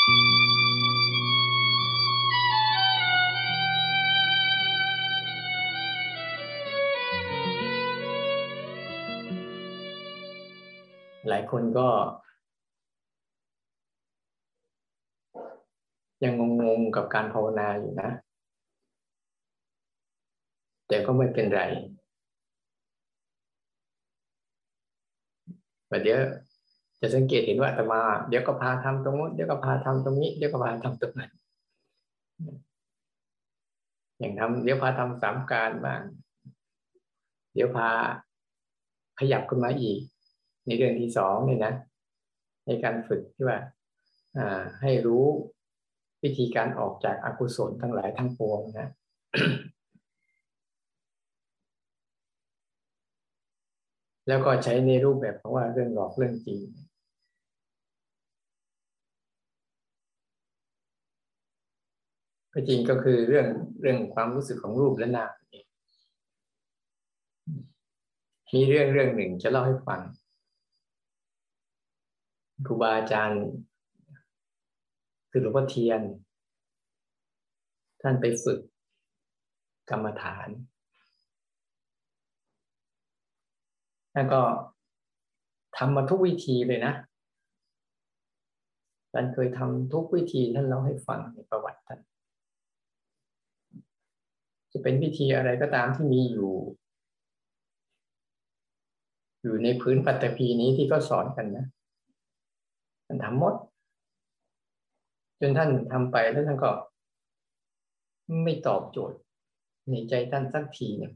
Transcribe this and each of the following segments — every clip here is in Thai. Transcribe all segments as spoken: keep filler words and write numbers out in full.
หลายคนก็ยังงงๆกับการภาวนาอยู่นะแต่ก็ไม่เป็นไรประเดี๋ยวจะสังเกตเห็นว่าอาตมาเดี๋ยวก็พาทำตรงนู้นเดี๋ยวก็พาทำตรงนี้เดี๋ยวก็พาทำตรงนั้นอย่างทำเดี๋ยวพาทำสามการบ้างเดี๋ยวพาขยับขึ้นมาอีกในเรื่องที่สองเนี่ยนะในการฝึกที่ว่าให้รู้วิธีการออกจากอกุศลทั้งหลายทั้งปวงนะแล้วก็ใช้ในรูปแบบของว่าเรื่องหลอกเรื่องจริงก็จริงก็คือเรื่องเรื่องความรู้สึกของรูปและนามมีเรื่องเรื่องหนึ่งจะเล่าให้ฟังครูบาอาจารย์คือหลวงพ่อเทียนท่านไปฝึกกรรมฐานท่านก็ทำมาทุกวิธีเลยนะท่านเคยทำทุกวิธีท่านเล่าให้ฟังในประวัติท่านจะเป็นวิธีอะไรก็ตามที่มีอยู่อยู่ในพื้นปัตตภีนี้ที่ก็สอนกันนะท่านทำหมดจนท่านทำไปแล้วท่านก็ไม่ตอบโจทย์ในใจท่านสักทีเนี่ย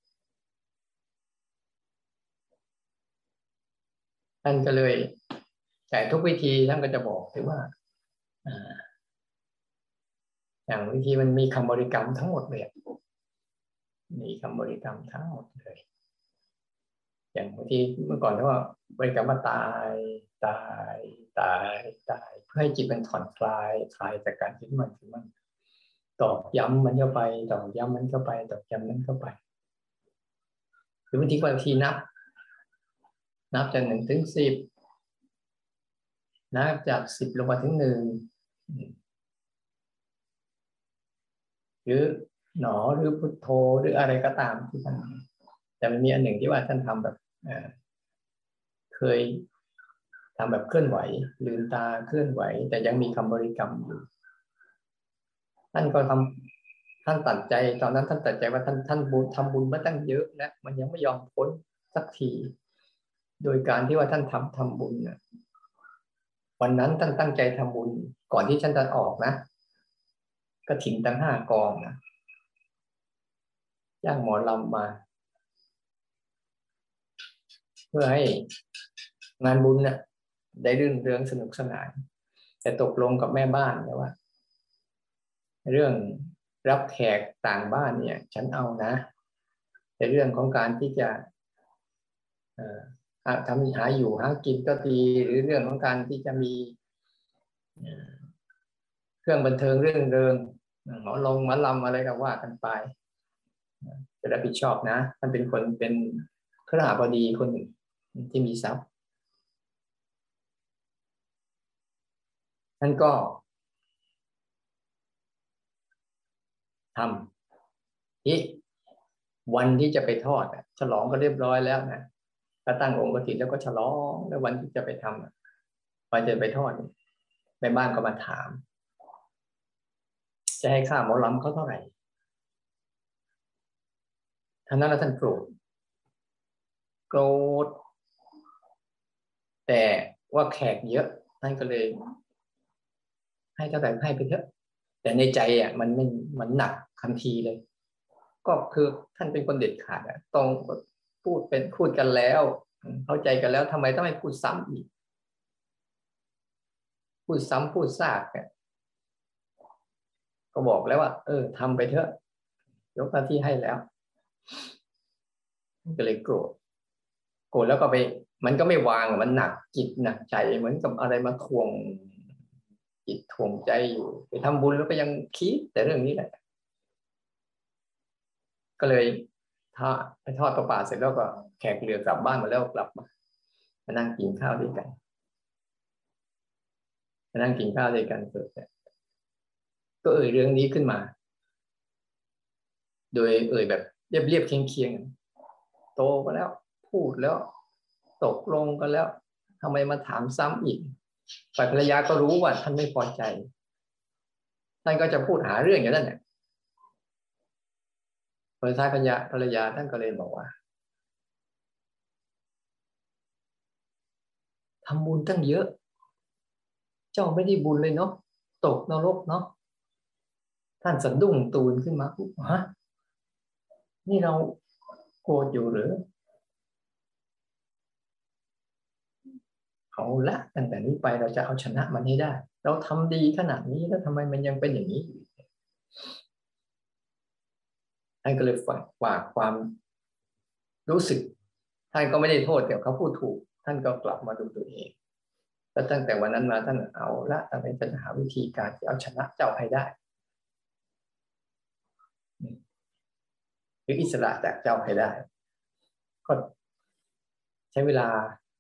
ท่านก็เลยแต่ทุกวิธีท่านก็จะบอกถึงว่าอย่างวิธีมันมีคำบริกรรมทั้งหมดเลยมีคำบริกรรมทั้งหมดเลยอย่างบางทีเมื่อก่อนเขาว่าบริกรรมว่าตายตายตายตายเพื่อให้จิตมันผ่อนคลายคลายจากการคิดมันถึงมันตอกย้ำมันเข้าไปตอกย้ำมันเข้าไปตอกย้ำมันเข้าไปหรือบางทีบางทีนับนับจากหนึ่งถึงสิบนับจากสิบลงมาถึงหนึ่งหรือหนอหรือพุทโธหรืออะไรก็ตามที่ท่านแต่มันมีอันหนึ่งที่ว่าท่านทำแบบเคยทำแบบเคลื่อนไหวลืมตาเคลื่อนไหวแต่ยังมีคำบริกรรมอยู่ท่านก็ทำท่านตัดใจตอนนั้นท่านตัดใจว่าท่านท่านบุญทำบุญมาตั้งเยอะแล้วมันยังไม่ยอมพ้นสักทีโดยการที่ว่าท่านทำทำบุญนะวันนั้นท่านตั้งใจทำบุญก่อนที่ท่านจะออกนะกฐินตั้งห้ากองนะจ้างหมอลำมาเพื่อให้งานบุญเนี่ยได้รื่นเริงสนุกสนานแต่ตกลงกับแม่บ้านนะว่าเรื่องรับแขกต่างบ้านเนี่ยฉันเอานะแต่เรื่องของการที่จะทำหาอยู่หากินก็ดีหรือเรื่องของการที่จะมีเครื่องบันเทิงเรื่องเริงหมอลงหมอลำอะไรก็ว่ากันไปจะรับผิดชอบนะท่านเป็นคนเป็นขฤหบดีคนหนึ่งที่มีทรัพย์ท่านก็ทำที่วันที่จะไปทอดฉลองก็เรียบร้อยแล้วนะก็ตั้งองค์กฐินแล้วก็ฉลองแล้ววันที่จะไปทำวันจะไปทอดแม่บ้านก็มาถามจะให้ค่าหมอลำเขาเท่าไหร่ท่านนั้นแล้วท่านโกรธโกรธแต่ว่าแขกเยอะท่านก็เลยให้เท่าไหร่ให้ไปเถอะแต่ในใจอ่ะมันมันมันหนักทันทีเลยก็คือท่านเป็นคนเด็ดขาดอ่ะต้องพูดเป็นพูดกันแล้วเข้าใจกันแล้วทำไมต้องให้พูดซ้ำอีกพูดซ้ำพูดซากเนี่ยก็บอกแล้วว่าเออทำไปเถอะยกหน้าที่ให้แล้วก็เลยโกรธโกรธแล้วก็ไปมันก็ไม่วางมันหนักจิตหนักใจเหมือนกับอะไรมาทวงจิตทวงใจอยู่ไปทำบุญแล้วก็ยังคิดแต่เรื่องนี้แหละก็เลยถ้าไปทอดประป่าเสร็จแล้วก็แขกเรือกลับบ้านมาแล้วกลับมามานั่งกินข้าวด้วยกันนั่งกินข้าวด้วยกันเสร็จก็เอ่ยเรื่องนี้ขึ้นมาโดยเอ่ยแบบเรียบๆเคียงๆโตก็แล้วพูดแล้วตกลงกันแล้วทำไมมาถามซ้ำอีกฝ่ายภรรยาก็รู้ว่าท่านไม่พอใจท่านก็จะพูดหาเรื่องอย่างนั้นแหละพอท้ายภรรยาภรรยาท่านก็เลยบอกว่าทำบุญตั้งเยอะเจ้าไม่ได้บุญเลยเนาะตกนรกเนาะท่านสะดุ้งตูนขึ้นมาปุ๊บฮะนี่เราโกรธอยู่หรือเอาละตั้งแต่นี้ไปเราจะเอาชนะมันให้ได้เราทำดีขนาดนี้แล้วทำไมมันยังเป็นอย่างนี้อยู่ท่านก็เลยฝากฝากความรู้สึกท่านก็ไม่ได้โทษแต่เขาพูดถูกท่านก็กลับมาดูตัวเองแล้วตั้งแต่วันนั้นมาท่านเอาละตั้งแต่จะหาวิธีการที่เอาชนะเจ้าให้ได้หรืออิสระจากเจ้าให้ได้ก็ใช้เวลา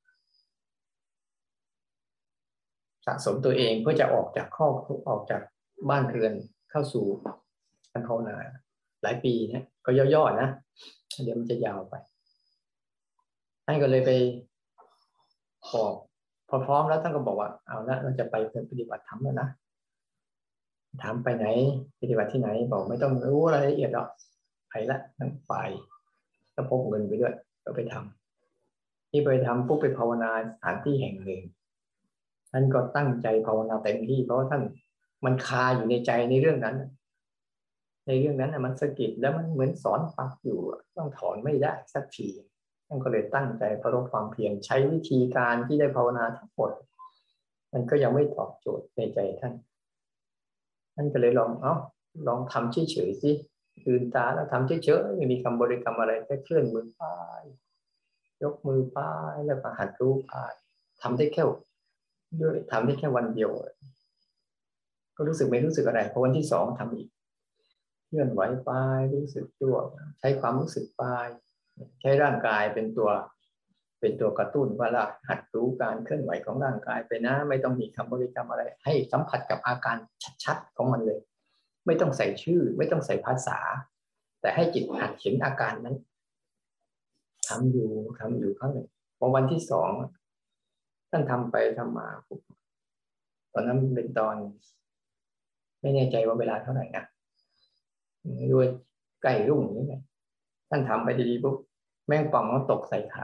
สะสมตัวเองเพื่อจะออกจากข้อออกจากบ้านเรือนเข้าสู่การภาวนาหลายปีนะก็ย่อๆนะเดี๋ยวมันจะยาวไปท่านก็เลยไปบอกพอพร้อมแล้วท่านก็บอกว่าเอาละเราจะไปปฏิบัติธรรมแล้วนะถามไปไหนปฏิบัติที่ไหนบอกไม่ต้องรู้รายละเอียดหรอกไปละทั้งไปก็พกเงินไปด้วยก็ไปทำที่ไปทำปุ๊บไปภาวนาสถานที่แห่งหนึ่งท่านก็ตั้งใจภาวนาเต็มที่เพราะว่าท่านมันคาอยู่ในใจในเรื่องนั้นในเรื่องนั้นมันสะกิดแล้วมันเหมือนสอนปักอยู่ต้องถอนไม่ได้สักทีท่านก็เลยตั้งใจประรบความเพียรใช้วิธีการที่ได้ภาวนาทั้งหมดมันก็ยังไม่ตอบโจทย์ในใจท่านท่านก็เลยลองเอ้าลองทำเฉยๆสิตื่นตาแล้วทำเฉยๆไม่มีคำบริกรรมอะไรแค่เคลื่อนมือป้ายยกมือป้ายแล้วก็หัดรู้ป้ายทำได้แค่ด้วยทำได้แค่วันเดียวก็รู้สึกไม่รู้สึกอะไรพอวันที่สองทำอีกเคลื่อนไหวไปรู้สึกตัวใช้ความรู้สึกไปใช้ร่างกายเป็นตัวเป็นตัวกระตุ้นว่าเราหัดรู้การเคลื่อนไหวของร่างกายไปนะไม่ต้องมีคำบริกรรมอะไรให้สัมผัสกับอาการชัดๆของมันเลยไม่ต้องใส่ชื่อไม่ต้องใส่ภาษาแต่ให้จิตหัดเห็นอาการนั้นทำอยู่ทำอยู่ครั้งหนึ่งพอวันที่สองท่านทำไปทำมาตอนนั้นเป็นตอนไม่แน่ใจว่าเวลาเท่าไหร่นะด้วยใกล้รุ่งนี่ไงท่านทำไปดีๆปุ๊บแมงป่องมันตกใส่ขา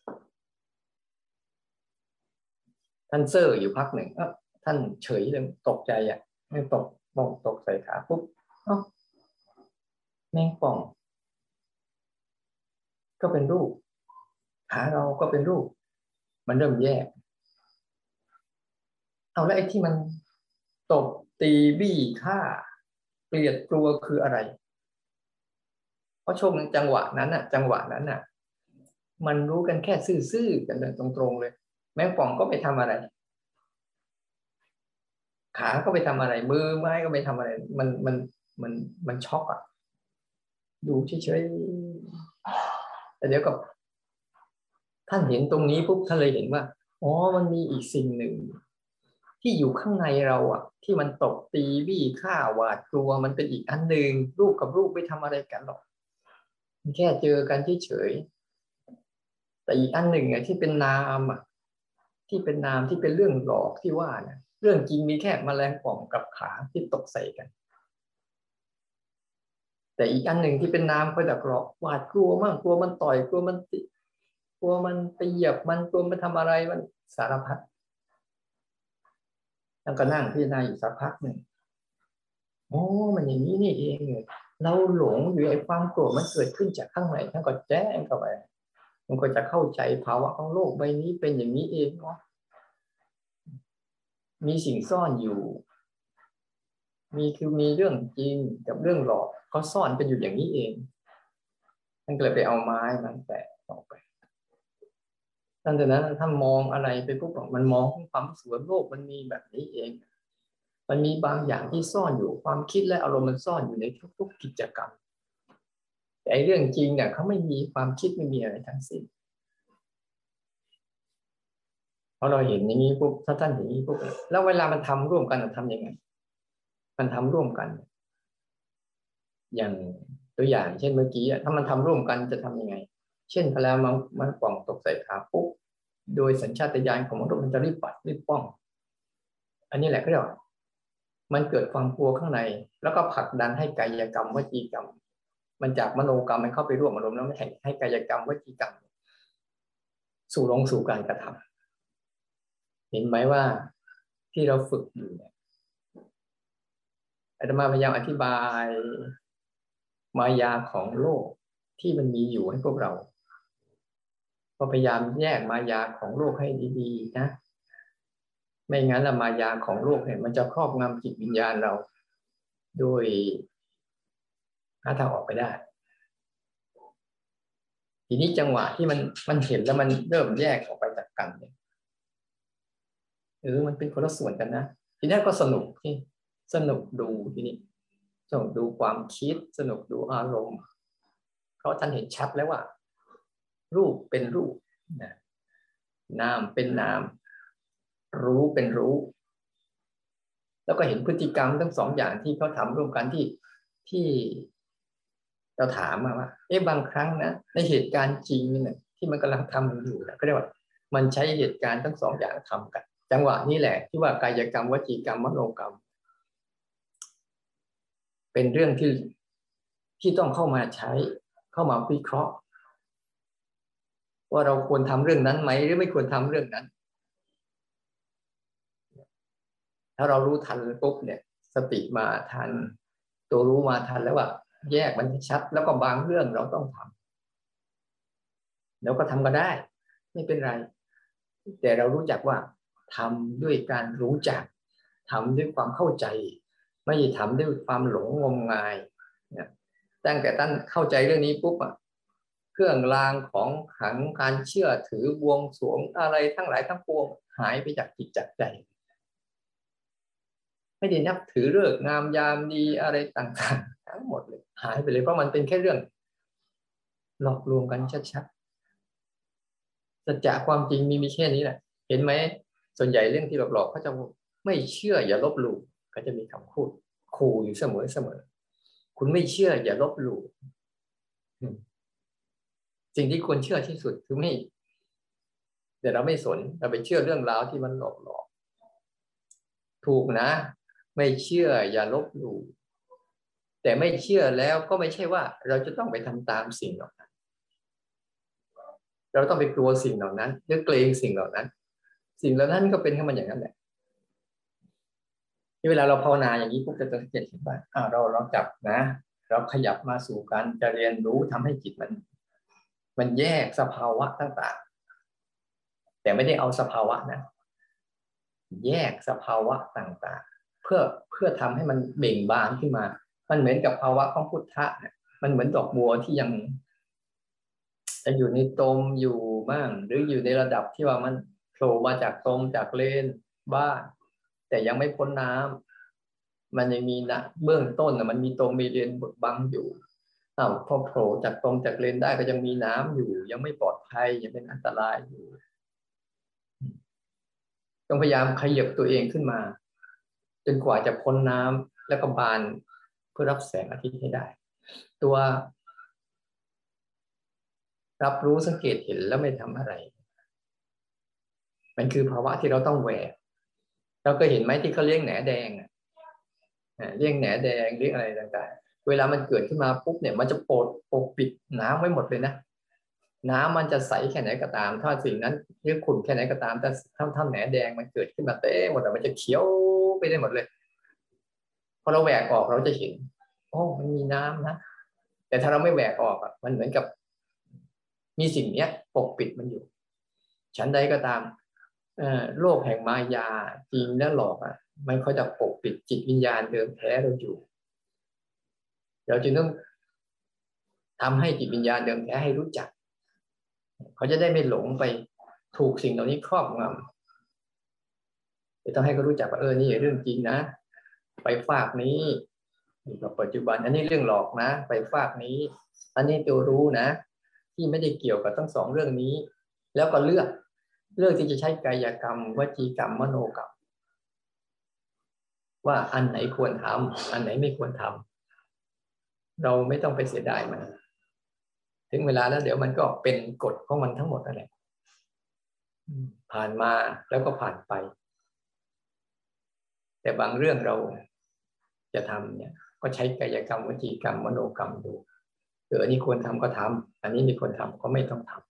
ท่านเซอร์อยู่พักหนึ่งเออท่านเฉยเลยตกใจอ่ะแมงป่องป่องตกใส่ขาปุ๊บเอ้าแมงป่องก็เป็นรูปขาเราก็เป็นรูปมันเริ่มแยกเอาแล้วไอ้ที่มันตบตีบี้ฆ่าเกลียดกลัวคืออะไรเพราะช่วงจังหวะนั้นน่ะจังหวะนั้นน่ะมันรู้กันแค่ซื่อๆกันตรงๆเลยแมงป่องก็ไปทำอะไรขาก็ไปทำอะไรมือไม้ก็ไปทำอะไรมันมันมันมันช็อกอ่ะดูเฉยๆแต่เดี๋ยวกับท่านเห็นตรงนี้ปุ๊บท่านเลยเห็นว่าอ๋อมันมีอีกสิ่งหนึ่งที่อยู่ข้างในเราอ่ะที่มันตบตีบี้ฆ่าหวาดกลัวมันเป็นอีกอันหนึ่งรูปกับรูปไม่ทำอะไรกันหรอกมันแค่เจอกันเฉยๆแต่อีกอันหนึ่งอ่ะที่เป็นนามอ่ะที่เป็นนามที่เป็นเรื่องหลอกที่ว่าเนี่ยเรื่องจริงมีแค่แมลงป่องกับขาที่ตกใส่กันแต่อีกอันหนึ่งที่เป็นนามคอยดักหลอกหวาดกลัวมากกลัวมันต่อยกลัวมันติกลัวมันไปเหยียบมันกลัวมันทำอะไรมันสารพัดแล้วก็นั่งพิจารณาอยู่สักพักหนึ่งโอ้มันอย่างนี้นี่เองเลยเราหลงอยู่ไอ้ความโกรธมันเกิดขึ้นจากข้างในท่านก็แจ้งเข้าไปมันก็จะเข้าใจภาวะของโลกใบนี้เป็นอย่างนี้เองเนาะมีสิ่งซ่อนอยู่มีคือมีเรื่องจริงกับเรื่องหลอกเขาซ่อนเป็นอยู่อย่างนี้เองท่านก็เลยไปเอาไม้มันแตะออกไปตั้งแต่นั้นถ้ามองอะไรไปปุ๊บมันมองความรู้สึกว่าโลกมันมีแบบนี้เองมันมีบางอย่างที่ซ่อนอยู่ความคิดและอารมณ์มันซ่อนอยู่ในทุกๆกิจกรรมแต่เรื่องจริงเนี่ยเขาไม่มีความคิดไม่มีอะไรทั้งสิ้นพอเราเห็นอย่างนี้ปุ๊บถ้าท่านอย่างนี้ปุ๊บแล้วเวลามันทำร่วมกันมันทำยังไงมันทำร่วมกันอย่างตัวอย่างเช่นเมื่อกี้ถ้ามันทำร่วมกันจะทำยังไงเช่นพอแล้วมันมันป่องตกใส่ขาปุ๊บโดยสัญชาตญาณของมนุษย์มันจะรีบปัดรีบป้องอันนี้แหละก็เรียกว่ามันเกิดความกลัวข้างในแล้วก็ผลักดันให้กายกรรมวจีกรรมมันจากมโนกรรมมันเข้าไปร่วมอารมณ์แล้วไม่ให้ให้กายกรรมวจีกรรมสู่ลงสู่การกระทำเห็นไหมว่าที่เราฝึกอยู่เนี่ยอาตมาพยายามอธิบายมายาของโลกที่มันมีอยู่ให้พวกเราก็พยายามแยกมายาของโลกให้ดีๆนะไม่งั้นละมายาของโลกเนี่ยมันจะครอบงำจิตวิญญาณเราโดยหาทางออกไปได้ทีนี้จังหวะที่มันมันเห็นแล้วมันเริ่มแยกออกไปจากกันเนี่ยเออมันเป็นคนละส่วนกันนะทีนี้ก็สนุกที่สนุกดูทีนี้สนุกดูความคิดสนุกดูอารมณ์เพราะท่านเห็นชัดแล้วว่ารูปเป็นรูปนะนามเป็นนามรู้เป็นรู้แล้วก็เห็นพฤติกรรมทั้งสองอย่างที่เขาทำร่วมกันที่ที่เราถามมาว่าเอ๊ะบางครั้งนะในเหตุการณ์จริงเนี่ยที่มันกำลังทำอยู่นะก็เรียกว่ามันใช้เหตุการณ์ทั้งสองอย่างทำกันจังหวะนี้แหละที่ว่ากายกรรมวจีกรรมมโนกรรมเป็นเรื่องที่ที่ต้องเข้ามาใช้เข้ามาวิเคราะห์ว่าเราควรทำเรื่องนั้นไหมหรือไม่ควรทำเรื่องนั้นถ้าเรารู้ทันปุ๊บเนี่ยสติมาทันตัวรู้มาทันแล้วว่าแยกมันชัดแล้วก็บางเรื่องเราต้องทำแล้วก็ทำก็ได้ไม่เป็นไรแต่เรารู้จักว่าทำด้วยการรู้จักทำด้วยความเข้าใจไม่ใช่ทำด้วยความหลงงมงายเนี่ยตั้งแต่ตั้งเข้าใจเรื่องนี้ปุ๊บอะเครื่องรางของขลังการเชื่อถือบวงสรวงอะไรทั้งหลายทั้งปวงหายไปจากจิตจากใจไม่ได้นับถือฤกษ์งามยามดีอะไรต่างๆทั้งหมดเลยหายไปเลยเพราะมันเป็นแค่เรื่องหลอกลวงกันชัดๆสัจจะความจริงมีมีแค่นี้แหละเห็นไหมส่วนใหญ่เรื่องที่หลอกๆเขาจะไม่เชื่ออย่าลบหลู่เขาจะมีคำพูดขู่อยู่เสมอเสมอคุณไม่เชื่ออย่าลบหลู่สิ่งที่ควรเชื่อที่สุดคือไม่แต่เราไม่สนเราไปเชื่อเรื่องราวที่มันหลอกหลอกถูกนะไม่เชื่ออย่าลบหลู่แต่ไม่เชื่อแล้วก็ไม่ใช่ว่าเราจะต้องไปทำตามสิ่งเหล่านั้นเราต้องไปกลัวสิ่งเหล่านั้นหรือเกรงสิ่งเหล่านั้นสิ่งเหล่านั้นก็เป็นแค่มันอย่างนั้นแหละที่เวลาเราภาวนาอย่างนี้ปุ๊บจะสังเกตเห็นว่าอ่าเราเราจับนะเราขยับมาสู่การจะเรียนรู้ทำให้จิตมันมันแยกสภาวะต่างๆแต่ไม่ได้เอาสภาวะนะแยกสภาวะต่างๆเพื่อเพื่อทำให้มันเบ่งบานขึ้นมามันเหมือนกับภาวะของพุทธะเนี่ยมันเหมือนดอกบัวที่ยังจะอยู่ในตมอยู่บ้างหรืออยู่ในระดับที่ว่ามันโผล่มาจากตมจากเลนบ้างแต่ยังไม่พ้นน้ำมันยังมีนะเบื้องต้นนะมันมีตมมีเลนบดบังอยู่อ้าวพอโผล่จากตมจากเลนได้ก็ยังมีน้ำอยู่ยังไม่ปลอดภัยยังเป็นอันตรายอยู่ต้องพยายามขยับตัวเองขึ้นมาจนกว่าจะพ้นน้ำแล้วก็บานเพื่อรับแสงอาทิตย์ให้ได้ตัวรับรู้สังเกตเห็นแล้วไม่ทำอะไรมันคือภาวะที่เราต้องแหวกเราก็เห็นไหมที่เขาเลี้ยงแหนแดงอ่ะเลี้ยงแหนแดงเลี้ยงอะไรต่างๆเวลามันเกิดขึ้นมาปุ๊บเนี่ยมันจะโปดปกปิดน้ำไว้หมดเลยนะน้ำมันจะใสแค่ไหนก็ตามถ้าสิ่งนั้นหรือขุ่นแค่ไหนก็ตามแต่ถ้าถ้าแหนแดงมันเกิดขึ้นมาเต้หมดมันจะเขียวไปได้หมดเลยพอเราแหวกออกเราจะเห็นโอ้มันมีน้ำนะแต่ถ้าเราไม่แหวกออกอ่ะมันเหมือนกับมีสิ่งเนี้ยปกปิดมันอยู่ฉันใดก็ตามโลกแห่งมายาจริงและหลอกอ่ะมันเขาจะปกปิดจิตวิญญาณเดิมแท้เราอยู่เราจึงต้องทำให้จิตวิญญาณเดิมแท้ให้รู้จักเขาจะได้ไม่หลงไปถูกสิ่งเหล่านี้ครอบงำจะต้องให้เขารู้จักว่าเออนี่เรื่องจริงนะไปฝากนี้กับปัจจุบันอันนี้เรื่องหลอกนะไปฝากนี้อันนี้ตัวรู้นะที่ไม่ได้เกี่ยวกับทั้งสองเรื่องนี้แล้วก็เลือกเลือกที่จะใช้กายกรรมวจีกรรมมโนกรรมว่าอันไหนควรทำอันไหนไม่ควรทำเราไม่ต้องไปเสียดายมันถึงเวลาแล้วเดี๋ยวมันก็เป็นกฎของมันทั้งหมดนั่นแหละผ่านมาแล้วก็ผ่านไปแต่บางเรื่องเราจะทำเนี่ยก็ใช้กายกรรมวจีกรรมมโนกรรมดูเอออันนี้ควรทำก็ทำอันนี้ไม่ควรทำก็ไม่ต้องทำ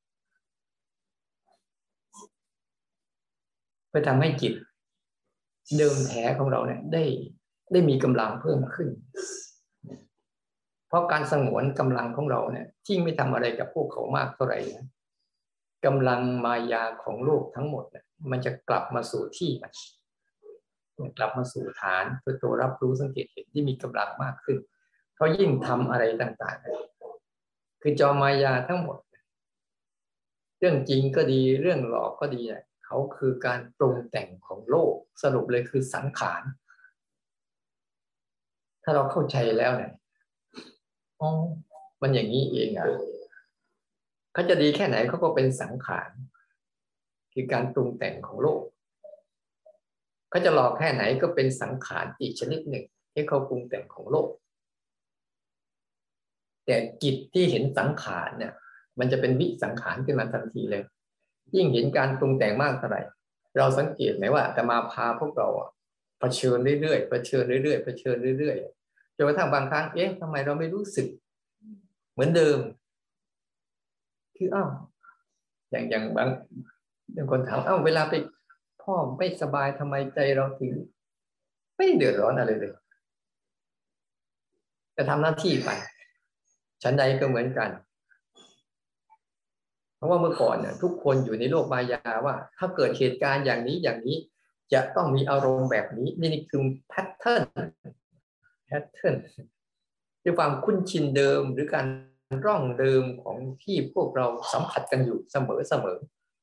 เพื่อทำให้จิตเดิมแท้ของเราเนี่ยได้ได้มีกำลังเพิ่มขึ้นเพราะการสงวนกำลังของเราเนี่ยที่ไม่ทำอะไรกับพวกเขามากเท่าไหร่นะกำลังมายาของโลกทั้งหมดเนี่ยมันจะกลับมาสู่ที่มันกลับมาสู่ฐานเพื่อตัวรับรู้สังเกตเห็นที่มีกำลังมากขึ้นเพราะยิ่งทำอะไรต่างๆคือจอมายาทั้งหมดเรื่องจริงก็ดีเรื่องหลอกก็ดีเนี่ยเขาคือการปรุงแต่งของโลกสรุปเลยคือสังขารถ้าเราเข้าใจแล้วเนี่ยอ๋อมันอย่างนี้เองอ่ะเขาจะดีแค่ไหนเขาก็เป็นสังขารคือการปรุงแต่งของโลกเขาจะหลอกแค่ไหนก็เป็นสังขารอีกชนิดหนึ่งที่เขาปรุงแต่งของโลกแต่จิตที่เห็นสังขารเนี่ยมันจะเป็นวิสังขารขึ้นมาทันทีเลยยิ่งเห็นการปรุงแต่งมากเท่าไหร่เราสังเกตไหมว่าแต่มาพาพวกเราเผชิญเรื่อยๆเผชิญเรื่อยๆเผชิญเรื่อยๆจนกระทั่งบางครั้งเอ๊ะทำไมเราไม่รู้สึกเหมือนเดิมคืออ้าวอย่างอย่างบางบางคนถามอ้าวเวลาไปพ่อไม่สบายทำไมใจเราถึงไม่เดือดร้อนอะไรเลยจะทำหน้าที่ไปฉันใดก็เหมือนกันเพราะว่าเมื่อก่อนเนี่ยทุกคนอยู่ในโลกมายาว่าถ้าเกิดเหตุการณ์อย่างนี้อย่างนี้จะต้องมีอารมณ์แบบนี้นี่คือแพทเทิร์นแพทเทิร์นด้วยความคุ้นชินเดิมหรือการร่องเดิมของที่พวกเราสัมผัสกันอยู่เสมอเสมอ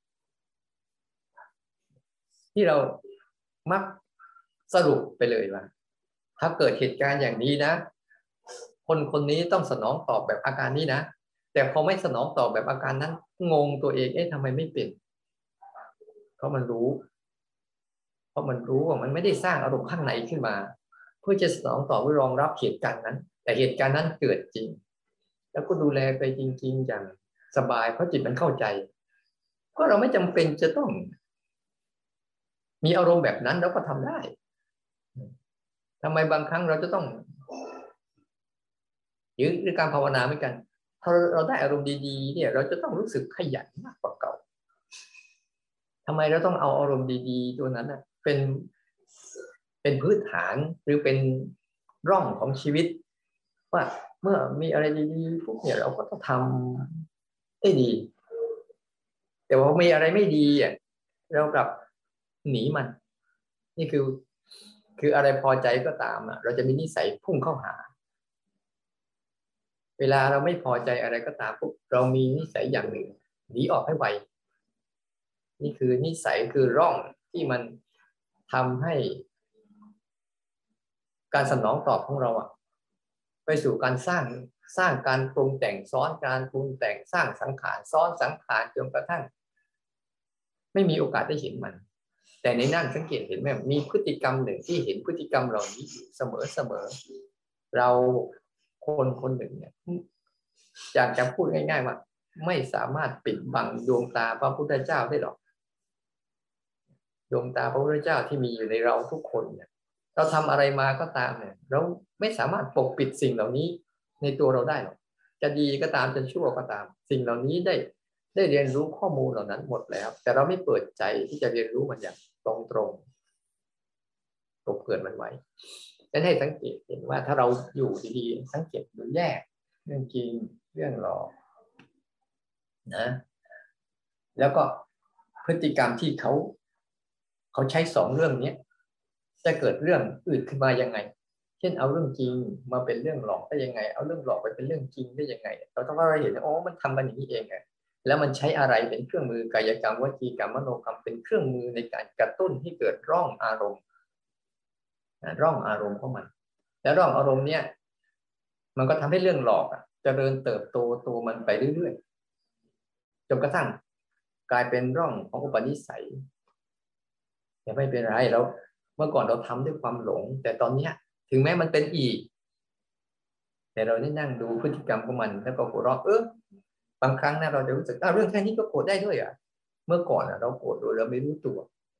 ที่เรามักสรุปไปเลยว่าถ้าเกิดเหตุการณ์อย่างนี้นะคนคนนี้ต้องสนองตอบแบบอาการนี้นะแต่พอไม่สนองตอบแบบอาการนั้นงงตัวเองเอ๊ะทำไมไม่เป็นเพราะมันรู้เพราะมันรู้ว่ามันไม่ได้สร้างอารมณ์ข้างในขึ้นมาเพื่อจะสนองตอบเพื่อรองรับเหตุการณ์นั้นแต่เหตุการณ์นั้นเกิดจริงแล้วก็ดูแลไปจริงๆอย่างสบายเพราะจิตมันเข้าใจก็เราไม่จำเป็นจะต้องมีอารมณ์แบบนั้นเราก็ทำได้ทำไมบางครั้งเราจะต้องหรือหรือการภาวนาเหมือนกันถ้าเราได้อารมณ์ดีๆเนี่ยเราจะต้องรู้สึกขยันมากกว่าเก่าทำไมเราต้องเอาอารมณ์ดีๆตัวนั้นนะเป็นเป็นพื้นฐานหรือเป็นร่องของชีวิตว่าเมื่อมีอะไรดีๆพวกเนี่ยเราก็ต้องทำได้ดีแต่ว่ามีอะไรไม่ดีอ่ะเรากลับหนีมันนี่คือคืออะไรพอใจก็ตามอ่ะเราจะมีนิสัยพุ่งเข้าหาเวลาเราไม่พอใจอะไรก็ตามปุ๊บเรามีนิสัยอย่างหนึ่งหนีออกให้ไวนี่คือนิสัยคือร่องที่มันทำให้การสนองตอบของเราอ่ะไปสู่การสร้างสร้างการปรุงแต่งซ้อนการปรุงแต่งสร้างสังขารซ้อนสังขารจนกระทั่งไม่มีโอกาสได้เห็นมันแต่ในนั่นสังเกตเห็นไหมมีพฤติกรรมหนึ่งที่เห็นพฤติกรรมเหล่านี้อยู่เสมอเสมอเราคนคนหนึ่งเนี่ยอยากจะพูดง่ายๆว่าไม่สามารถปิดบังดวงตาพระพุทธเจ้าได้หรอกดวงตาพระพุทธเจ้าที่มีอยู่ในเราทุกคนเนี่ยเราทำอะไรมาก็ตามเนี่ยเราไม่สามารถปกปิดสิ่งเหล่านี้ในตัวเราได้หรอกจะดีก็ตามจะชั่วก็ตามสิ่งเหล่านี้ได้ได้เรียนรู้ข้อมูลเหล่านั้นหมดแล้วแต่เราไม่เปิดใจที่จะเรียนรู้มันอย่างตรงตรงตกเกิดมันไว้ฉันให้สังเกตเห็นว่าถ้าเราอยู่ดีๆสังเกตดูแยกเรื่องจริงเรื่องหลอกนะแล้วก็พฤติกรรมที่เขาเขาใช้สองเรื่องนี้จะเกิดเรื่องอื่นขึ้นมายังไงเช่นเอาเรื่องจริงมาเป็นเรื่องหลอกได้ยังไงเอาเรื่องหลอกไปเป็นเรื่องจริงได้ยังไงเราต้องเราเห็นโอ้มันทำกันอย่างนี้เองไงแล้วมันใช้อะไรเป็นเครื่องมือกายกรรมวจีกรรมมโนกรรมเป็นเครื่องมือในการกระตุ้นให้เกิดร่องอารมณ์ร่องอารมณ์ของมันแล้วร่องอารมณ์เนี้ยมันก็ทำให้เรื่องหลอกอ่ะเจริญเติบโตตัวมันไปเรื่อยๆจนกระทั่งกลายเป็นร่องของอุปนิสัยแต่ไม่เป็นไรเราเมื่อก่อนเราทำด้วยความหลงแต่ตอนเนี้ยถึงแม้มันเป็นอีกแต่เราได้นั่งดูพฤติกรรมของมันแล้วก็หัวเราะเออบางครั้งนะเราจะรู้สึกอ้าวเรื่องแค่นี้ก็โกรธได้ด้วยอ่ะเมื่อก่อนอ่ะเราโกรธโดยเราไม่รู้ตัว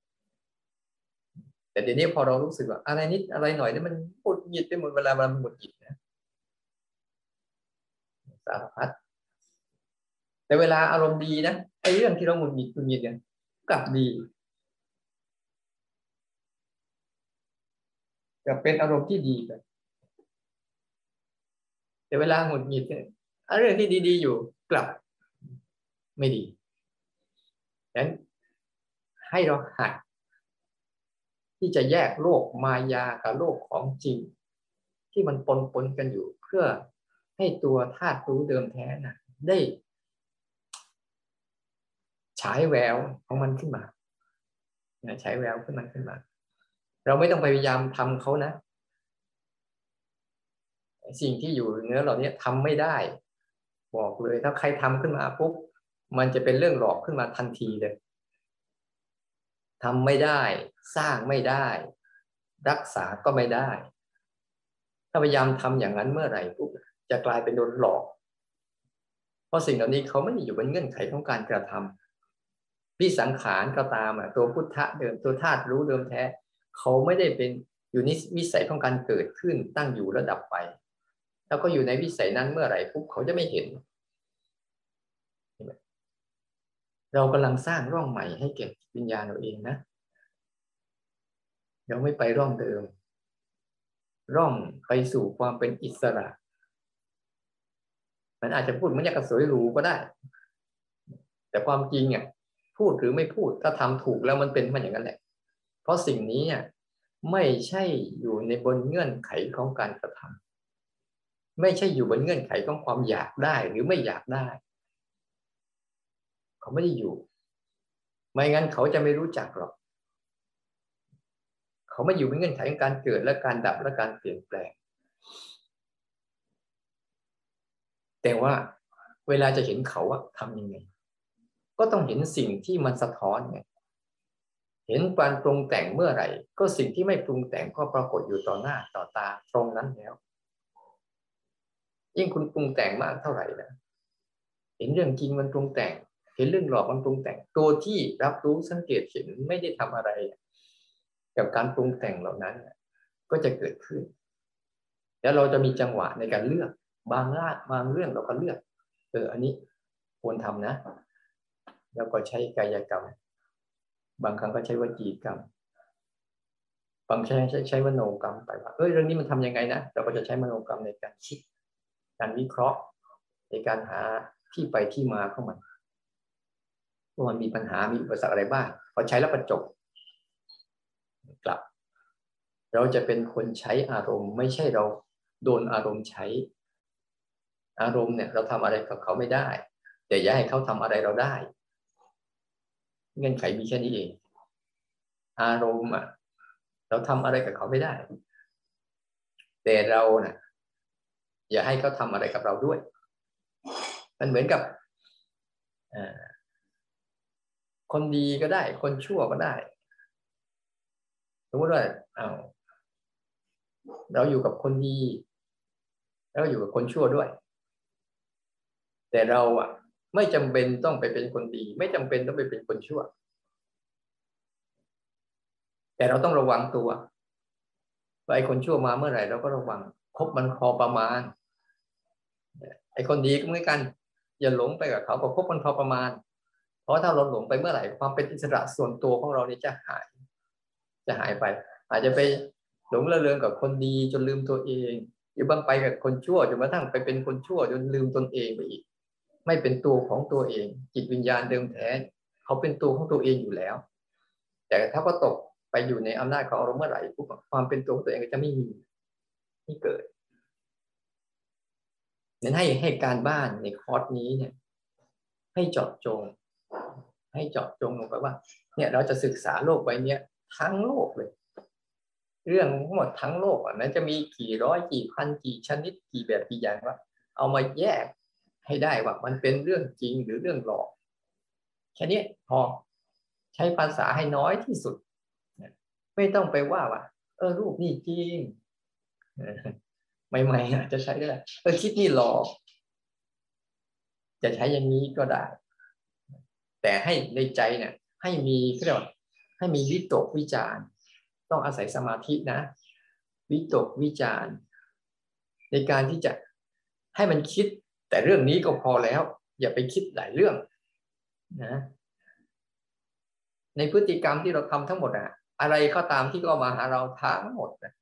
แต่เดี๋ยวนี้พอเรารู้สึกว่าอะไรนิดอะไรหน่อยนี่มันหงุดหงิดไปหมดเวลามันหงุดหงิดนะสารพัดแต่เวลาอารมณ์ดีนะไอ้เรื่องที่เราหงุดหงิดหงุดหงิดเนี่ยกลับดีกลับเป็นอารมณ์ที่ดีแบบแต่เวลาหงุดหงิดเนี่ยเรื่องที่ดีๆอยู่กลับไม่ดีดังนั้นให้เราหัดที่จะแยกโลกมายากับโลกของจริงที่มันปนปนกันอยู่เพื่อให้ตัวธาตุรู้เดิมแท้น่ะได้ฉายแววของมันขึ้นมาฉายแววขึ้นมาขึ้นมาเราไม่ต้องพยายามทำเขานะสิ่งที่อยู่เนื้อเราเนี้ยทำไม่ได้บอกเลยถ้าใครทำขึ้นมาปุ๊บมันจะเป็นเรื่องหลอกขึ้นมาทันทีเลยทำไม่ได้สร้างไม่ได้รักษาก็ไม่ได้ถ้าพยายามทำอย่างนั้นเมื่อไหร่ปุ๊บจะกลายเป็นโดนหลอกเพราะสิ่งเหล่านี้เขาไม่ได้อยู่บนเงื่อนไขของการกระทำวิสังขารก็ตามอ่ะตัวพุทธะเดิมตัวธาตุรู้เดิมแท้เขาไม่ได้เป็นอยู่ในวิสัยของการเกิดขึ้นตั้งอยู่ระดับไปแล้วก็อยู่ในวิสัยนั้นเมื่อไหร่ปุ๊บเขาจะไม่เห็นเรากำลังสร้างร่องใหม่ให้แก่วิญญาณเราเองนะเราไม่ไปร่องเดิมร่องไปสู่ความเป็นอิสระมันอาจจะพูดเหมือนอยากกระสวยหรูก็ได้แต่ความจริงอ่ะพูดหรือไม่พูดถ้าทำถูกแล้วมันเป็นมันอย่างนั้นแหละเพราะสิ่งนี้เนี่ยไม่ใช่อยู่ในบนเงื่อนไขของการกระทำไม่ใช่อยู่บนเงื่อนไขของความอยากได้หรือไม่อยากได้เขาไม่ได้อยู่ไม่งั้นเขาจะไม่รู้จักหรอกเขาไม่อยู่บนเงื่อนไขของการเกิดและการดับและการเปลี่ยนแปลงแต่ว่าเวลาจะเห็นเขาอะทำยังไงก็ต้องเห็นสิ่งที่มันสะท้อนไงเห็นการปรุงแต่งเมื่อไหร่ก็สิ่งที่ไม่ปรุงแต่งก็ปรากฏอยู่ต่อหน้าต่อตาตรงนั้นแล้วยิ่งคุณปรุงแต่งมากเท่าไหร่นะเห็นเรื่องจริงมันปรุงแต่งเห็นเรื่องหลอกมันปรุงแต่งตัวที่รับรู้สังเกตเห็นไม่ได้ทำอะไรกับการปรุงแต่งเหล่านั้นก็จะเกิดขึ้นแล้วเราจะมีจังหวะในการเลือกบางรากบางเรื่องเราก็เลือกเอออันนี้ควรทำนะแล้วก็ใช้กายกรรมบางครั้งก็ใช้วจีกรรมบางใช้ใช้ใช้มโนกรรมไปว่าเอ้ยเรื่องนี้มันทำยังไงนะเราก็จะใช้มโนกรรมในการคิดการวิเคราะห์ในการหาที่ไปที่มาของมันว่ามันมีปัญหามีอุปสรรคอะไรบ้างพอใช้แล้วประจบกลับเราจะเป็นคนใช้อารมณ์ไม่ใช่เราโดนอารมณ์ใช้อารมณ์เนี่ยเราทำอะไรกับเขาไม่ได้แต่อย่าให้เขาทำอะไรเราได้เงื่อนไขมีแค่นี้เองอารมณ์อ่ะเราทำอะไรกับเขาไม่ได้แต่เราน่ะอย่าให้เขาทำอะไรกับเราด้วยมันเหมือนกับคนดีก็ได้คนชั่วก็ได้สมมติว่าเอาเราอยู่กับคนดีแล้วอยู่กับคนชั่วด้วยแต่เราอ่ะไม่จำเป็นต้องไปเป็นคนดีไม่จำเป็นต้องไปเป็นคนชั่วแต่เราต้องระวังตัวว่าไอ้คนชั่วมาเมื่อไหร่เราก็ระวังคบมันพอประมาณไอ้คนดีก็เหมือนกันอย่าหลงไปกับเขาก็คบมันพอประมาณเพราะถ้าเราหลงไปเมื่อไหร่ความเป็นอิสระส่วนตัวของเราเนี่ยจะหายจะหายไปอาจจะไปหลงระเริงกับคนดีจนลืมตัวเองหรือบางไปกับคนชั่วจนกระทั่งไปเป็นคนชั่วจนลืมตนเองไปอีกไม่เป็นตัวของตัวเองจิตวิญญาณเดิมแท้เขาเป็นตัวของตัวเองอยู่แล้วแต่ถ้าก็ตกไปอยู่ในอำนาจของอารมณ์เมื่อไหร่ปุ๊บความเป็นตัวของตัวเองก็จะไม่มีไม่เกิดนั้นให้ให้การบ้านในคอร์สนี้เนี่ยให้เจาะจงให้เจาะจงลงไปว่าเนี่ยเราจะศึกษาโลกใบนี้ทั้งโลกเลยเรื่องทั้งหมดทั้งโลกอ่ะนั้นจะมีกี่ร้อยกี่พันกี่ชนิดกี่แบบกี่อย่างว่าเอามาแยกให้ได้ว่ามันเป็นเรื่องจริงหรือเรื่องหลอกแค่นี้พอใช้ภาษาให้น้อยที่สุดไม่ต้องไปว่าว่าเออรูปนี่จริงใหม่ๆอาจจะใช้ได้เออคิดนี่หลอกจะใช้อย่างนี้ก็ได้แต่ให้ในใจเนี่ยให้มีเรียกว่าให้มีวิตกวิจารณ์ต้องอาศัยสมาธินะวิตกวิจารณ์ในการที่จะให้มันคิดแต่เรื่องนี้ก็พอแล้วอย่าไปคิดหลายเรื่องนะในพฤติกรรมที่เราทำทั้งหมดอะอะไรก็ตามที่ก็มาหาเราทั้งหมดนะ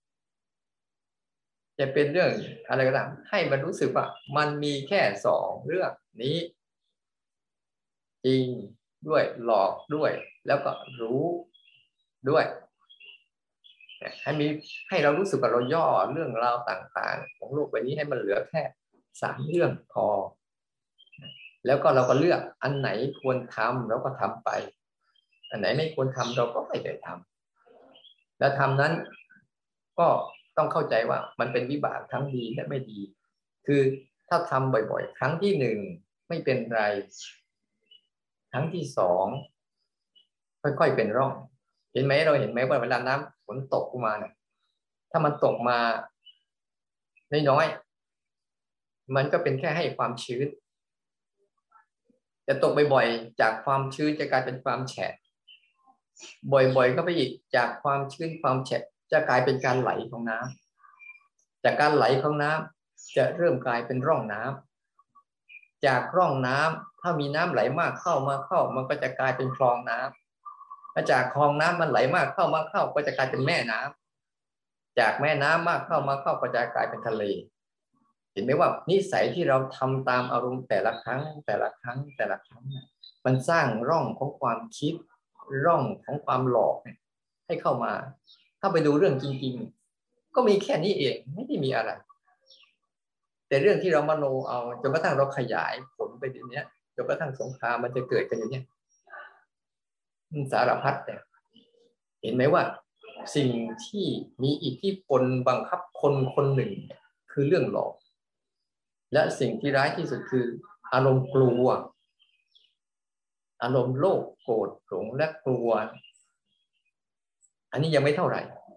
จะเป็นเรื่องอะไรก็ตามให้มันรู้สึกว่ามันมีแค่สองเรื่องนี้จริงด้วยหลอกด้วยแล้วก็รู้ด้วยให้มีให้เรารู้สึกว่าเราย่อเรื่องราวต่างๆของโลกใบนี้ให้มันเหลือแค่สามเรื่องพอแล้วก็เราก็เลือกอันไหนควรทำเราก็ทำไปอันไหนไม่ควรทำเราก็ไม่ได้ทำแล้วทำนั้นก็ต้องเข้าใจว่ามันเป็นวิบากทั้งดีและไม่ดีคือถ้าทำบ่อยๆครั้งที่หนึ่งไม่เป็นไรครั้งที่สองค่อยๆเป็นร่องเห็นไหมเราเห็นไหมว่าเวลาน้ำฝนตกมาเนี่ยถ้ามันตกมาน้อยๆมันก็เป็นแค่ให้ความชื้นแต่ตกบ่อยๆจากความชื้นจะกลายเป็นความแฉะบ่อยๆก็ไปอีกจากความชื้นความแฉะจะกลายเป็นการไหลของน้ำจากการไหลของน้ำจะเริ่มกลายเป็นร่องน้ำจากร่องน้ำถ้ามีน้ำไหลมากเข้ามาเข้ามันก็จะกลายเป็นคลองน้ำมาจากคลองน้ำมันไหลมากเข้ามาเข้าก็จะกลายเป็นแม่น้ำจากแม่น้ำมากเข้ามาเข้าก็จะกลายเป็นทะเลเห็นไหมว่านิสัยที่เราทำตามอารมณ์แต่ละครั้งแต่ละครั้งแต่ละครั้งมันสร้างร่องของความคิดร่องของความหลอกให้เข้ามาถ้าไปดูเรื่องจริงๆก็มีแค่นี้เองไม่ได้มีอะไรแต่เรื่องที่เรามโนเอาจนกระทั่งเราขยายผลไปอย่างนี้จนกระทั่งสงครามมันจะเกิดกันอย่างนี้สารพัดแต่เห็นไหมว่าสิ่งที่มีอิทธิพลบังคับคนคนหนึ่งคือเรื่องหลอกและสิ่งที่ร้ายที่สุดคืออารมณ์กลัวอารมณ์โลภโกรธหลงและกลัวอันนี้ยังไม่เท่าไหร่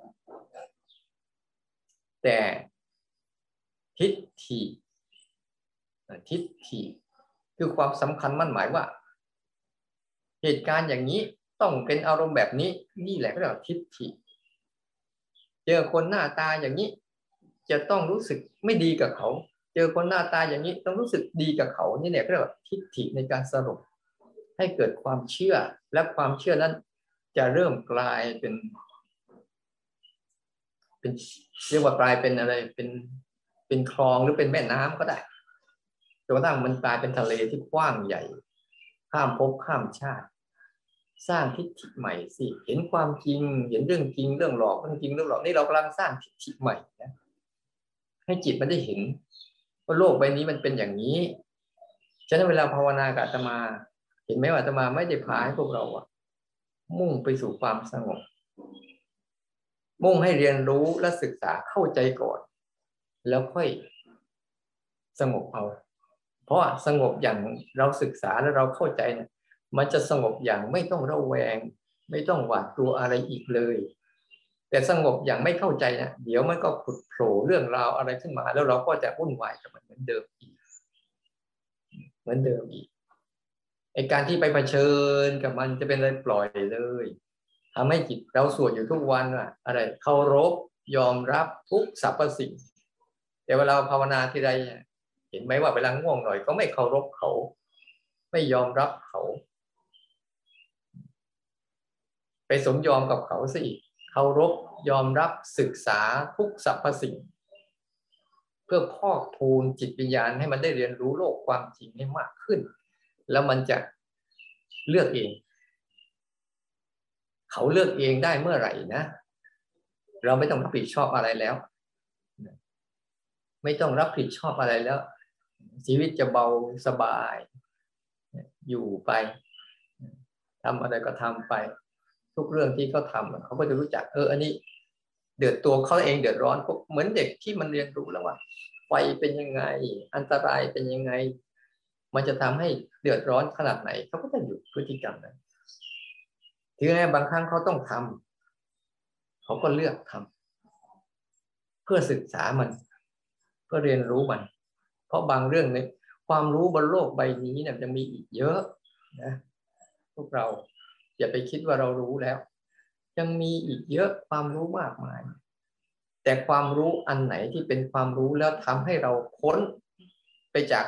แต่ทิฏฐิทิฏฐิคือความสำคัญมั่นหมายว่าเหตุการณ์อย่างนี้ต้องเป็นอารมณ์แบบนี้นี่แหละก็เรียกว่าทิฏฐิเจอคนหน้าตาอย่างนี้จะต้องรู้สึกไม่ดีกับเขาเจอคนหน้าตาอย่างนี้ต้องรู้สึกดีกับเขานี่แหละก็เรียกว่าทิฏฐิในการสรุปให้เกิดความเชื่อและความเชื่อนั้นจะเริ่มกลายเป็นเป็นเรียกว่ากลายเป็นอะไรเป็นเป็นคลองหรือเป็นแม่น้ำก็ได้จนกระทั่งมันกลายเป็นทะเลที่กว้างใหญ่ข้ามภพข้ามชาติสร้างทิฏฐิใหม่สิเห็นความจริงเห็นเรื่องจริงเรื่องหลอกเรื่องจริงเรื่องหลอกนี่เรากำลังสร้างทิฏฐิใหม่นะให้จิตมันได้เห็นว่าโลกใบนี้มันเป็นอย่างนี้ฉะนั้นเวลาภาวนากับอาตมาเห็นไหมว่าอาตมาไม่ได้พาให้พวกเราอะมุ่งไปสู่ความสงบมุ่งให้เรียนรู้และศึกษาเข้าใจก่อนแล้วค่อยสงบเอาเพราะสงบอย่างเราศึกษาและเราเข้าใจเนี่ยมันจะสงบอย่างไม่ต้องระแวงไม่ต้องหวาดกลัวอะไรอีกเลยแต่สงบอย่างไม่เข้าใจนะเดี๋ยวมันก็ผุดโผล่เรื่องราวอะไรขึ้นมาแล้วเราก็จะวุ่นวายกับมันเหมือนเดิมอีกเหมือนเดิมอีกไอ้การที่ไปเผชิญกับมันจะเป็นอะไรปล่อยเลยทำให้จิตเราสวดอยู่ทุกวันว่าอะไรเคารพยอมรับทุกสรรพสิ่งแต่เวลาภาวนาทีไรเห็นไหมว่าเวลาง่วงหน่อยก็ไม่เคารพเขาไม่ยอมรับเขาไปสมยอมกับเขาสิเคารพยอมรับศึกษาทุกสรรพสิ่งเพื่อพอกพูนจิตวิญญาณให้มันได้เรียนรู้โลกความจริงให้มากขึ้นแล้วมันจะเลือกเองเขาเลือกเองได้เมื่อไหร่นะเราไม่ต้องรับผิดชอบอะไรแล้วไม่ต้องรับผิดชอบอะไรแล้วชีวิตจะเบาสบายอยู่ไปทำอะไรก็ทำไปทุกเรื่องที่เขาทำเขาก็จะรู้จักเอออันนี้เดือดตัวเขาเองเดือดร้อนพวกเหมือนเด็กที่มันเรียนรู้แล้วว่าไฟเป็นยังไงอันตรายเป็นยังไงมันจะทำให้เดือดร้อนขนาดไหนเขาก็จะหยุดพฤติกรรมนั้นถึงแม้บางครั้งเขาต้องทำเขาก็เลือกทำเพื่อศึกษามันเพื่อเรียนรู้มันเพราะบางเรื่องในความรู้บนโลกใบนี้เนี่ยจะมีอีกเยอะนะพวกเราอย่าไปคิดว่าเรารู้แล้วยังมีอีกเยอะความรู้มากมายแต่ความรู้อันไหนที่เป็นความรู้แล้วทำให้เราพ้นไปจาก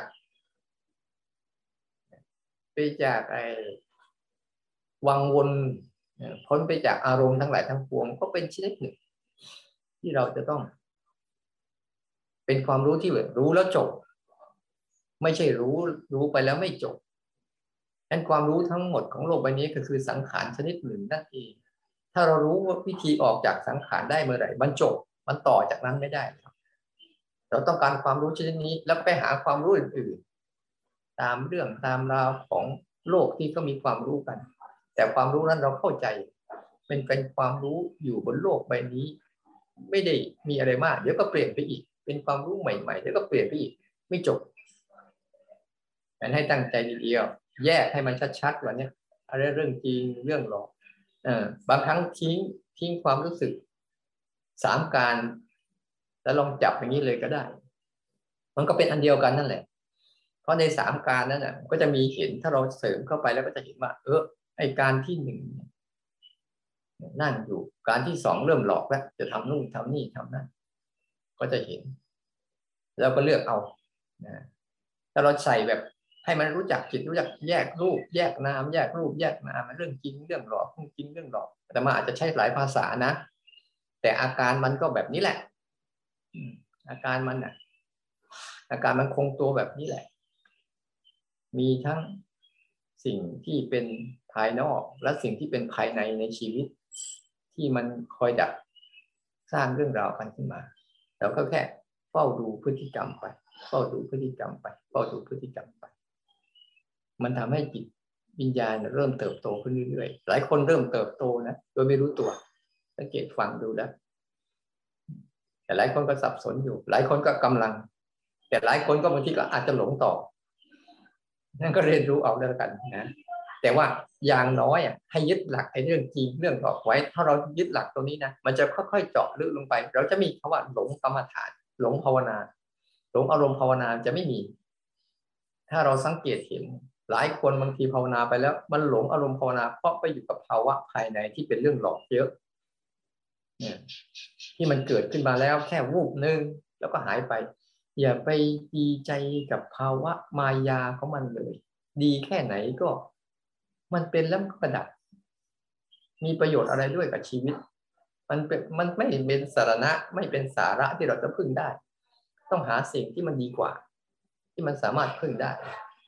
ไปจากไอ้วังวนพ้นไปจากอารมณ์ทั้งหลายทั้งปวงก็เป็นชนิดหนึ่งที่เราจะต้องเป็นความรู้ที่แบบรู้แล้วจบไม่ใช่รู้รู้ไปแล้วไม่จบนั่นความรู้ทั้งหมดของโลกใบนี้ก็คือสังขารชนิดหนึ่งนั่นเองถ้าเรารู้ว่าวิธีออกจากสังขารได้เมื่อไหร่มันจบมันต่อจากนั้นไม่ได้เราต้องการความรู้ชนิดนี้แล้วไปหาความรู้อื่นๆตามเรื่องตามราวของโลกที่เขามีความรู้กันแต่ความรู้นั้นเราเข้าใจเป็นเป็นความรู้อยู่บนโลกใบนี้ไม่ได้มีอะไรมากเดี๋ยวก็เปลี่ยนไปอีกเป็นความรู้ใหม่ๆเดี๋ยวก็เปลี่ยนไปอีกไม่จบงั้นให้ตั้งใจดีๆแยกให้มันชัดๆวันนี้อะไรเรื่องจริงเรื่องหลอกเออบางครั้งทิ้งทิ้งความรู้สึกสามการแล้วลองจับอย่างนี้เลยก็ได้มันก็เป็นอันเดียวกันนั่นแหละเพราะในสามการนั้นน่ะก็จะมีเห็นถ้าเราเสริมเข้าไปแล้วก็จะเห็นว่าเออไอการที่หนึ่งนั่งอยู่การที่สองเริ่มหลอกแล้วจะทำนู่นทำนี่ทำนั่นก็จะเห็นแล้วก็เลือกเอานะถ้าเราใส่แบบให้มันรู้จักจิตรู้จักแยกรูปแยกนามแยกรูปแยกนามเรื่องจริงเรื่องหลอกเรื่องจริงเรื่องหลอกแต่มาอาจจะใช้หลายภาษานะแต่อาการมันก็แบบนี้แหละอาการมันอ่ะอาการมันคงตัวแบบนี้แหละมีทั้งสิ่งที่เป็นภายนอกและสิ่งที่เป็นภายในในชีวิตที่มันคอยดักสร้างเรื่องราวกันขึ้นมาเราก็แค่เฝ้าดูพฤติกรรมไปเฝ้าดูพฤติกรรมไปเฝ้าดูพฤติกรรมไปมันทำให้จิตวิญญาณเริ่มเติบโตขึ้นเรื่อยๆหลายคนเริ่มเติบโตนะโดยไม่รู้ตัวสังเกตฟังดูแล้วแต่หลายคนก็สับสนอยู่หลายคนก็กำลังแต่หลายคนก็บางทีก็อาจจะหลงต่อนั่นก็เรียนรู้เอาแล้วกันนะแต่ว่าอย่างน้อยอ่ะให้ยึดหลักไอ้เรื่องจริงเรื่องหลอกไว้ถ้าเรายึดหลักตรงนี้นะมันจะค่อยๆเจาะลึกลงไปเราจะมีคำว่าหลงกรรมฐานหลงภาวนาหลงอารมณ์ภาวนาจะไม่มีถ้าเราสังเกตเห็นหลายคนบางทีภาวนาไปแล้วมันหลงอารมณ์ภาวนาเพราะไปอยู่กับภาวะภายในที่เป็นเรื่องหลอกเยอะเนี่ยที่มันเกิดขึ้นมาแล้วแค่วูบนึงแล้วก็หายไปอย่าไปดีใจกับภาวะมายาของมันเลยดีแค่ไหนก็มันเป็นแล้วก็ดับมีประโยชน์อะไรด้วยกับชีวิตมันเป็นมันไม่เป็นสาระไม่เป็นสาระที่เราจะพึ่งได้ต้องหาสิ่งที่มันดีกว่าที่มันสามารถพึ่งได้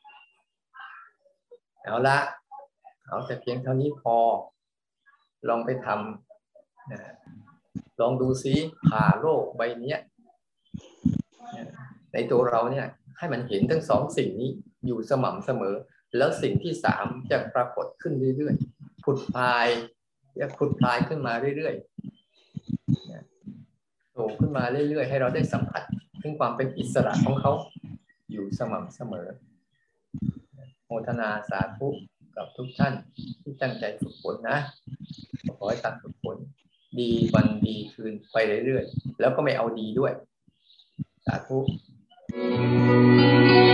เอาละเอาแต่เพียงเท่านี้พอลองไปทำนะลองดูซิผ่าโลกใบนี้ในตัวเราเนี่ยให้มันเห็นทั้งสองสิ่งนี้อยู่สม่ำเสมอแล้วสิ่งที่สามจะปรากฏขึ้นเรื่อยๆผุดพายจะผุดพายขึ้นมาเรื่อยๆโตขึ้นมาเรื่อยๆให้เราได้สัมผัสถึงความเป็นอิสระของเขาอยู่สม่ำเสมอโมทนาสาธุกับทุกท่านที่ตั้งใจฝึกฝนนะขอให้ตั้งฝึกฝนดีวันดีคืนไปเรื่อยๆแล้วก็ไม่เอาดีด้วยสาธุ